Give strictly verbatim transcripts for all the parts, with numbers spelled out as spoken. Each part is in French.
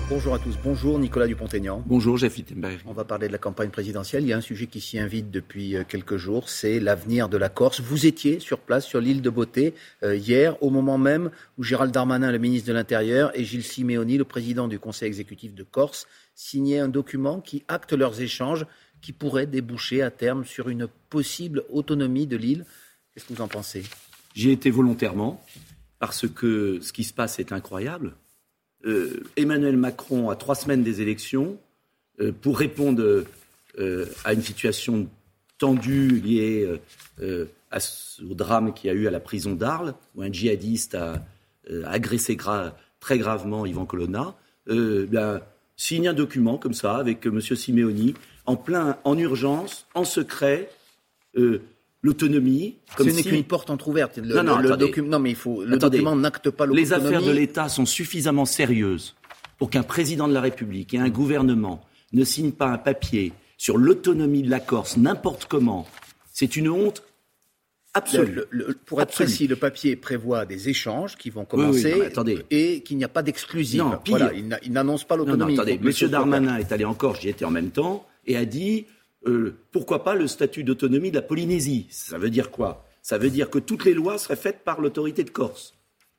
Bonjour à tous. Bonjour Nicolas Dupont-Aignan. Bonjour Jeff Wittenberg. On va parler de la campagne présidentielle. Il y a un sujet qui s'y invite depuis quelques jours, c'est l'avenir de la Corse. Vous étiez sur place, sur l'île de Beauté, euh, hier, au moment même où Gérald Darmanin, le ministre de l'Intérieur, et Gilles Simeoni, le président du Conseil exécutif de Corse, signaient un document qui acte leurs échanges, qui pourrait déboucher à terme sur une possible autonomie de l'île. Qu'est-ce que vous en pensez ? J'y ai été volontairement, parce que ce qui se passe est incroyable. Euh, Emmanuel Macron, à trois semaines des élections, euh, pour répondre euh, à une situation tendue liée euh, à, au drame qu'il y a eu à la prison d'Arles, où un djihadiste a euh, agressé gra- très gravement Yvan Colonna, euh, ben, signe un document comme ça avec euh, M. Simeoni, en plein, en urgence, en secret, euh, l'autonomie. Comme Ce n'est si... qu'une porte entrouverte. Le, non, non, le docu... non, mais il faut. Le attendez. document n'acte pas l'autonomie. Les affaires de l'État sont suffisamment sérieuses pour qu'un président de la République et un gouvernement ne signent pas un papier sur l'autonomie de la Corse n'importe comment. C'est une honte absolue. Le, le, pour être absolue. précis, le papier prévoit des échanges qui vont commencer oui, oui, non, attendez. et qu'il n'y a pas d'exclusive. Non, pire. Voilà, il, n'a, il n'annonce pas l'autonomie. Non, non, attendez. Monsieur Darmanin est allé en Corse, j'y étais en même temps, et a dit euh, pourquoi pas le statut d'autonomie de la Polynésie. Ça veut dire quoi ? Ça veut dire que toutes les lois seraient faites par l'autorité de Corse,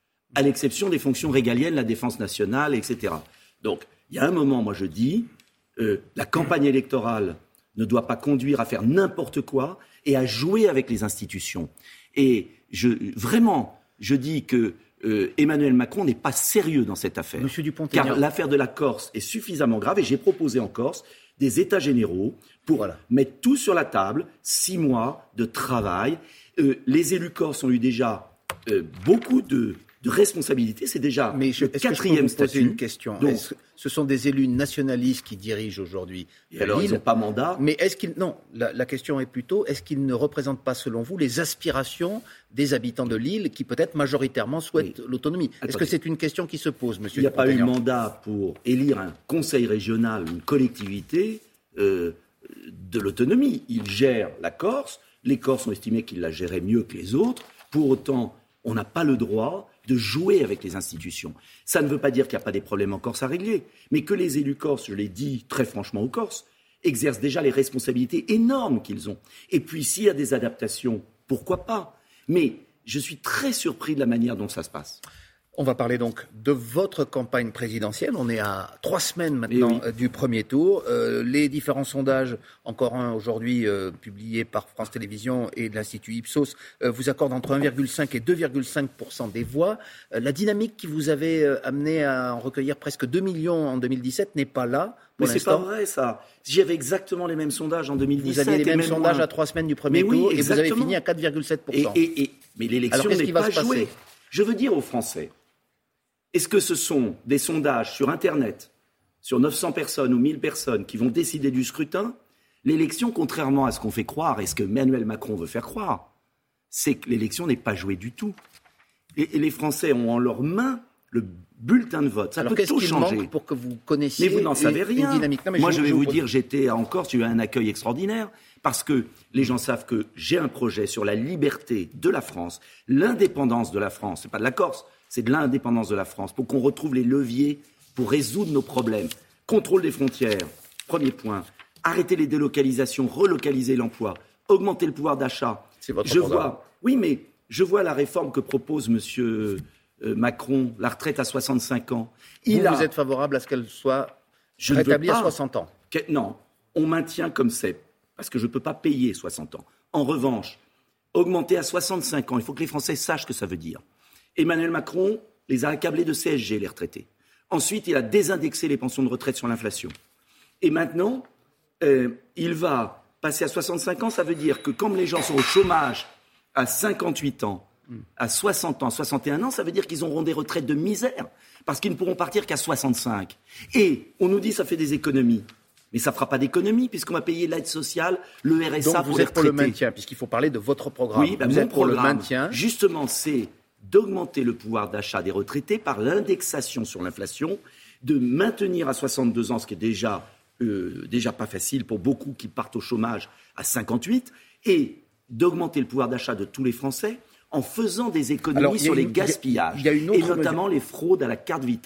à l'exception des fonctions régaliennes, la défense nationale, et cetera. Donc, il y a un moment, moi je dis, euh, la campagne électorale ne doit pas conduire à faire n'importe quoi et à jouer avec les institutions. Et je, vraiment, je dis que euh, Emmanuel Macron n'est pas sérieux dans cette affaire. Monsieur Dupont-Aignan. Car l'affaire de la Corse est suffisamment grave, et j'ai proposé en Corse des états généraux pour voilà. mettre tout sur la table, six mois de travail. Euh, les élus corses ont eu déjà euh, beaucoup de, de responsabilités. C'est déjà Mais je, le est-ce quatrième que je peux vous poser statut. Une question. Donc, est-ce, ce sont des élus nationalistes qui dirigent aujourd'hui. Et alors, ils n'ont pas mandat. Mais est-ce qu'ils non la, la question est plutôt est-ce qu'ils ne représentent pas, selon vous, les aspirations des habitants de l'île qui peut-être majoritairement souhaitent oui. l'autonomie. Attendez. Est-ce que c'est une question qui se pose, monsieur ? Il n'y a pas eu mandat pour élire un conseil régional, une collectivité euh, de l'autonomie. Ils gèrent la Corse. Les Corses ont estimé qu'ils la géraient mieux que les autres. Pour autant, on n'a pas le droit de jouer avec les institutions. Ça ne veut pas dire qu'il n'y a pas des problèmes en Corse à régler, mais que les élus corses, je l'ai dit très franchement aux Corses, exercent déjà les responsabilités énormes qu'ils ont. Et puis, s'il y a des adaptations, pourquoi pas ? Mais je suis très surpris de la manière dont ça se passe. On va parler donc de votre campagne présidentielle. On est à trois semaines maintenant oui. du premier tour. Euh, les différents sondages, encore un aujourd'hui euh, publié par France Télévisions et de l'Institut Ipsos, euh, vous accordent entre un virgule cinq et deux virgule cinq pour cent des voix. Euh, la dynamique qui vous avait euh, amené à en recueillir presque deux millions en deux mille dix-sept n'est pas là. Mais c'est l'instant. Pas vrai ça. J'avais exactement les mêmes sondages en deux mille dix-sept. Vous aviez les mêmes sondages moins. à trois semaines du premier mais tour oui, et vous avez fini à quatre virgule sept pour cent. Et, et, et, mais l'élection Alors, n'est pas jouée. Je veux dire aux Français, est-ce que ce sont des sondages sur Internet, sur neuf cents personnes ou mille personnes qui vont décider du scrutin ? L'élection, contrairement à ce qu'on fait croire et ce que Emmanuel Macron veut faire croire, c'est que l'élection n'est pas jouée du tout. Et, et les Français ont en leurs mains le bulletin de vote. Ça Alors, peut qu'est-ce tout qu'il changer. manque pour que vous connaissiez Mais vous n'en savez rien. Une dynamique. Non, mais Moi, je, je vais je vous vous dire, j'étais en Corse, j'ai eu un accueil extraordinaire parce que les gens savent que j'ai un projet sur la liberté de la France, l'indépendance de la France. C'est pas de la Corse. C'est de l'indépendance de la France, pour qu'on retrouve les leviers pour résoudre nos problèmes. Contrôle des frontières, premier point. Arrêter les délocalisations, relocaliser l'emploi, augmenter le pouvoir d'achat. C'est votre je programme. vois, oui, mais je vois la réforme que propose M. Macron, la retraite à soixante-cinq ans. Il vous, a... vous êtes favorable à ce qu'elle soit je rétablie à soixante ans ? Que... Non, on maintient comme c'est, parce que je ne peux pas payer soixante ans. En revanche, augmenter à soixante-cinq ans, il faut que les Français sachent ce que ça veut dire. Emmanuel Macron les a accablés de C S G, les retraités. Ensuite, il a désindexé les pensions de retraite sur l'inflation. Et maintenant, euh, il va passer à soixante-cinq ans. Ça veut dire que comme les gens sont au chômage à cinquante-huit ans, à soixante ans, soixante et un ans, ça veut dire qu'ils auront des retraites de misère parce qu'ils ne pourront partir qu'à soixante-cinq. Et on nous dit que ça fait des économies. Mais ça ne fera pas d'économie puisqu'on va payer l'aide sociale, le R S A Donc pour vous les êtes pour retraités. le maintien, puisqu'il faut parler de votre programme. Oui, ben vous mon êtes pour programme, le maintien. Justement, c'est d'augmenter le pouvoir d'achat des retraités par l'indexation sur l'inflation, de maintenir à soixante-deux ans, ce qui est déjà, euh, déjà pas facile pour beaucoup qui partent au chômage à cinquante-huit, et d'augmenter le pouvoir d'achat de tous les Français en faisant des économies Alors, sur les gaspillages, y a une autre et notamment mesure. les fraudes à la carte vitale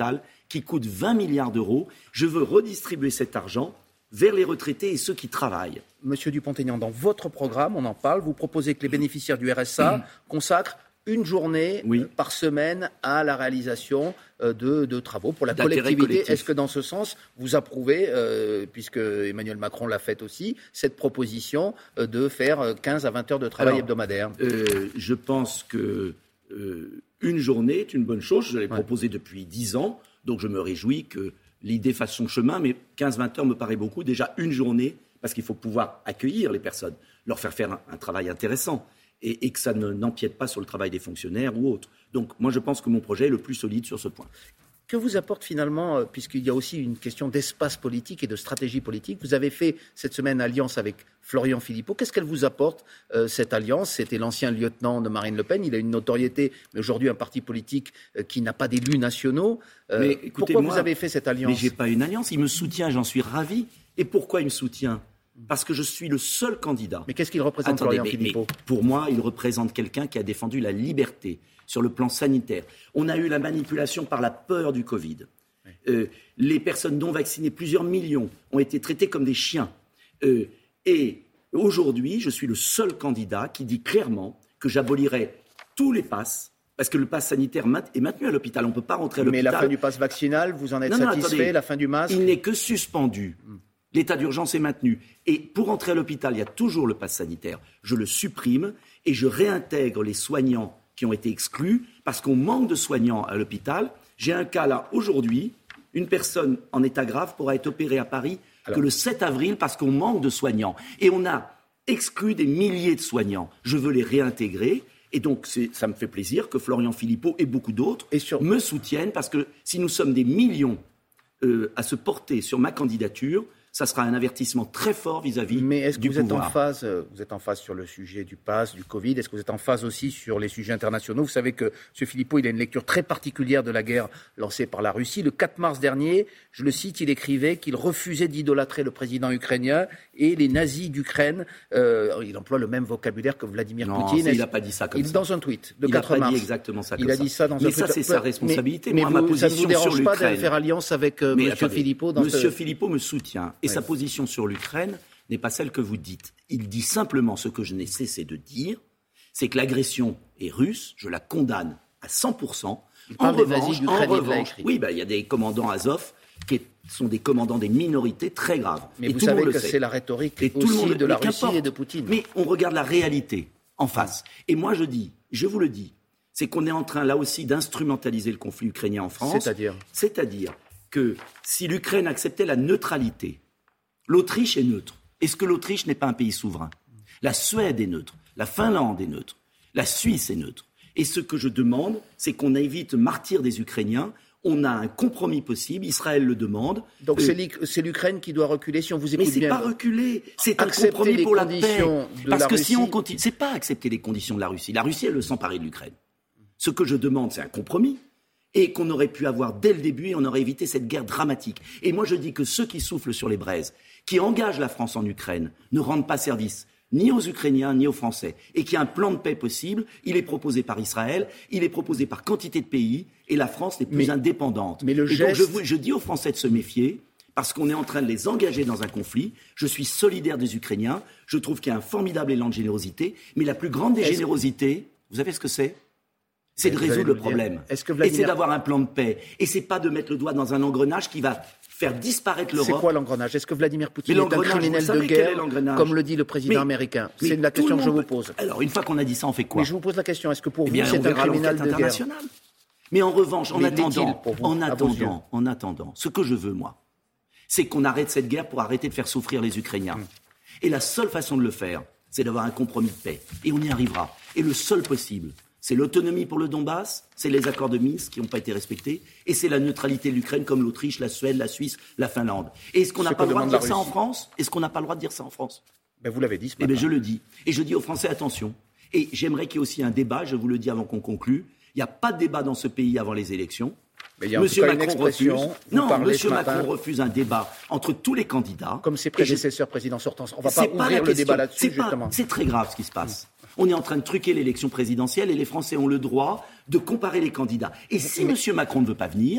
qui coûte vingt milliards d'euros. Je veux redistribuer cet argent vers les retraités et ceux qui travaillent. Monsieur Dupont-Aignan, dans votre programme, on en parle, vous proposez que les bénéficiaires du R S A mmh. consacrent une journée oui. par semaine à la réalisation de, de travaux pour la collectivité. Collectif. Est-ce que dans ce sens, vous approuvez, euh, puisque Emmanuel Macron l'a fait aussi, cette proposition euh, de faire quinze à vingt heures de travail Alors, hebdomadaire euh, Je pense que euh, une journée est une bonne chose. Je l'ai ouais. proposé depuis dix ans, donc je me réjouis que l'idée fasse son chemin, mais quinze à vingt heures me paraît beaucoup. Déjà une journée, parce qu'il faut pouvoir accueillir les personnes, leur faire faire un, un travail intéressant. Et, et que ça ne, n'empiète pas sur le travail des fonctionnaires ou autres. Donc moi je pense que mon projet est le plus solide sur ce point. Que vous apporte finalement, euh, puisqu'il y a aussi une question d'espace politique et de stratégie politique, vous avez fait cette semaine alliance avec Florian Philippot. Qu'est-ce qu'elle vous apporte, euh, cette alliance ? C'était l'ancien lieutenant de Marine Le Pen. Il a une notoriété, mais aujourd'hui un parti politique euh, qui n'a pas d'élus nationaux. Euh, mais écoutez, pourquoi moi, vous avez fait cette alliance ? Mais j'ai pas une alliance, il me soutient, j'en suis ravi. Et pourquoi il me soutient ? Parce que je suis le seul candidat. Mais qu'est-ce qu'il représente, Attendez, Florian mais, Philippot ? mais Pour moi, il représente quelqu'un qui a défendu la liberté sur le plan sanitaire. On a eu la manipulation par la peur du Covid. Oui. Euh, les personnes non vaccinées, plusieurs millions, ont été traitées comme des chiens. Euh, et aujourd'hui, je suis le seul candidat qui dit clairement que j'abolirai tous les passes. Parce que le pass sanitaire est maintenu à l'hôpital. On ne peut pas rentrer à l'hôpital. Mais la fin du pass vaccinal, vous en êtes non, satisfait, non, attendez, la fin du masque ? Il n'est que suspendu. Hum. L'état d'urgence est maintenu. Et pour entrer à l'hôpital, il y a toujours le pass sanitaire. Je le supprime et je réintègre les soignants qui ont été exclus parce qu'on manque de soignants à l'hôpital. J'ai un cas là, aujourd'hui, une personne en état grave pourra être opérée à Paris Alors. que le sept avril parce qu'on manque de soignants. Et on a exclu des milliers de soignants. Je veux les réintégrer. Et donc, c'est, ça me fait plaisir que Florian Philippot et beaucoup d'autres et sur... me soutiennent parce que si nous sommes des millions euh, à se porter sur ma candidature, ça sera un avertissement très fort vis-à-vis du pouvoir. Mais est-ce que vous êtes en phase, vous êtes en phase sur le sujet du pass, du Covid ? Est-ce que vous êtes en phase aussi sur les sujets internationaux ? Vous savez que M. Philippot, il a une lecture très particulière de la guerre lancée par la Russie. Le quatre mars dernier, je le cite, il écrivait qu'il refusait d'idolâtrer le président ukrainien et les nazis d'Ukraine. Euh, il emploie le même vocabulaire que Vladimir non, Poutine. Non, il n'a pas dit ça comme il, ça. Dans un tweet de quatre mars. Il n'a pas dit exactement ça comme ça. Il a dit ça dans mais un tweet. Mais ça, c'est sa responsabilité. Mais, Moi, mais ma vous, position ça ne vous dérange sur pas l'Ukraine. de faire alliance avec euh, M. Philippot dans M. ce... Philippot me soutient. Et ouais. sa position sur l'Ukraine n'est pas celle que vous dites. Il dit simplement ce que je n'ai cessé de dire, c'est que l'agression est russe, je la condamne à cent pour cent. Il parle en des revanche, nazis d'Ukraine, en revanche, oui, bah, il y a des commandants Azov qui sont des commandants des minorités très graves. Mais et vous tout savez le monde que le sait. C'est la rhétorique et aussi tout le monde, de la Russie et de Poutine. Mais on regarde la réalité en face. Et moi je dis, je vous le dis, c'est qu'on est en train là aussi d'instrumentaliser le conflit ukrainien en France. C'est-à-dire C'est-à-dire que si l'Ukraine acceptait la neutralité, l'Autriche est neutre. Est-ce que l'Autriche n'est pas un pays souverain ? La Suède est neutre, la Finlande est neutre, la Suisse est neutre. Et ce que je demande, c'est qu'on évite le martyre des Ukrainiens. On a un compromis possible, Israël le demande. Donc euh, c'est l'Ukraine qui doit reculer, si on vous écoute bien. Mais c'est bien. pas reculer, c'est un compromis pour la paix. Parce la que Russie... si on continue, c'est pas accepter les conditions de la Russie. La Russie, elle veut s'emparer de l'Ukraine. Ce que je demande, c'est un compromis. Et qu'on aurait pu avoir dès le début, et on aurait évité cette guerre dramatique. Et moi, je dis que ceux qui soufflent sur les braises, qui engagent la France en Ukraine, ne rendent pas service ni aux Ukrainiens, ni aux Français. Et qu'il y a un plan de paix possible, il est proposé par Israël, il est proposé par quantité de pays, et la France n'est plus mais, indépendante. Mais le et geste... donc, je, je dis aux Français de se méfier, parce qu'on est en train de les engager dans un conflit. Je suis solidaire des Ukrainiens, je trouve qu'il y a un formidable élan de générosité, mais la plus grande des Est-ce... générosités, vous savez ce que c'est ? C'est de résoudre le problème. Est-ce que Vladimir... Et c'est d'avoir un plan de paix. Et c'est pas de mettre le doigt dans un engrenage qui va faire disparaître l'Europe. C'est quoi l'engrenage ? Est-ce que Vladimir Poutine est un criminel de guerre, comme le dit le président mais, américain ? C'est la question que je vous pose. Alors, une fois qu'on a dit ça, on fait quoi ? Mais je vous pose la question. Est-ce que pour eh vous, bien, c'est un criminel de guerre ? Mais en revanche, en mais attendant, vous, en attendant, en attendant, ce que je veux, moi, c'est qu'on arrête cette guerre pour arrêter de faire souffrir les Ukrainiens. Hum. Et la seule façon de le faire, c'est d'avoir un compromis de paix. Et on y arrivera. Et le seul possible, c'est l'autonomie pour le Donbass, c'est les accords de Minsk qui n'ont pas été respectés, et c'est la neutralité de l'Ukraine comme l'Autriche, la Suède, la Suisse, la Finlande. Et est-ce qu'on n'a pas le droit de dire ça en France ? Est-ce qu'on n'a pas le droit de dire ça en France ? Ben vous l'avez dit ce matin. Eh bien, je le dis. Et je dis aux Français, attention. Et j'aimerais qu'il y ait aussi un débat, je vous le dis avant qu'on conclue. Il n'y a pas de débat dans ce pays avant les élections. Mais il y a Monsieur Macron refuse. Non, Monsieur Macron refuse un débat entre tous les candidats. Comme ses prédécesseurs je... présidents sortants. On ne va pas ouvrir le débat là-dessus, c'est justement. Pas, c'est très grave ce qui se passe. On est en train de truquer l'élection présidentielle et les Français ont le droit de comparer les candidats. Et si mais... M. Macron ne veut pas venir,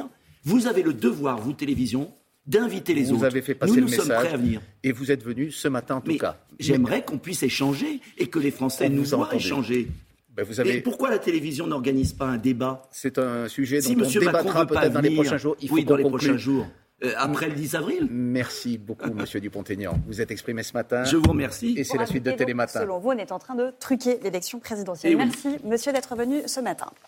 Vous avez le devoir, vous, télévision, d'inviter les vous autres. Vous avez fait passer nous, le nous message. sommes prêts à venir. Et vous êtes venu ce matin, en tout Mais cas. J'aimerais qu'on puisse échanger et que les Français On nous vous a voient entendu. échanger. Ben vous avez... Et pourquoi la télévision n'organise pas un débat? C'est un sujet dont si on M. débattra Macron veut pas peut-être dans les venir, prochains jours. Il faut oui, dans qu'on les conclue. prochains jours. Euh, après le dix avril. Merci beaucoup, Monsieur Dupont-Aignan. Vous êtes exprimé ce matin. Je vous remercie. Et c'est la suite de Et donc, Télématin. Selon vous, on est en train de truquer l'élection présidentielle. Et oui. Merci, monsieur, d'être venu ce matin.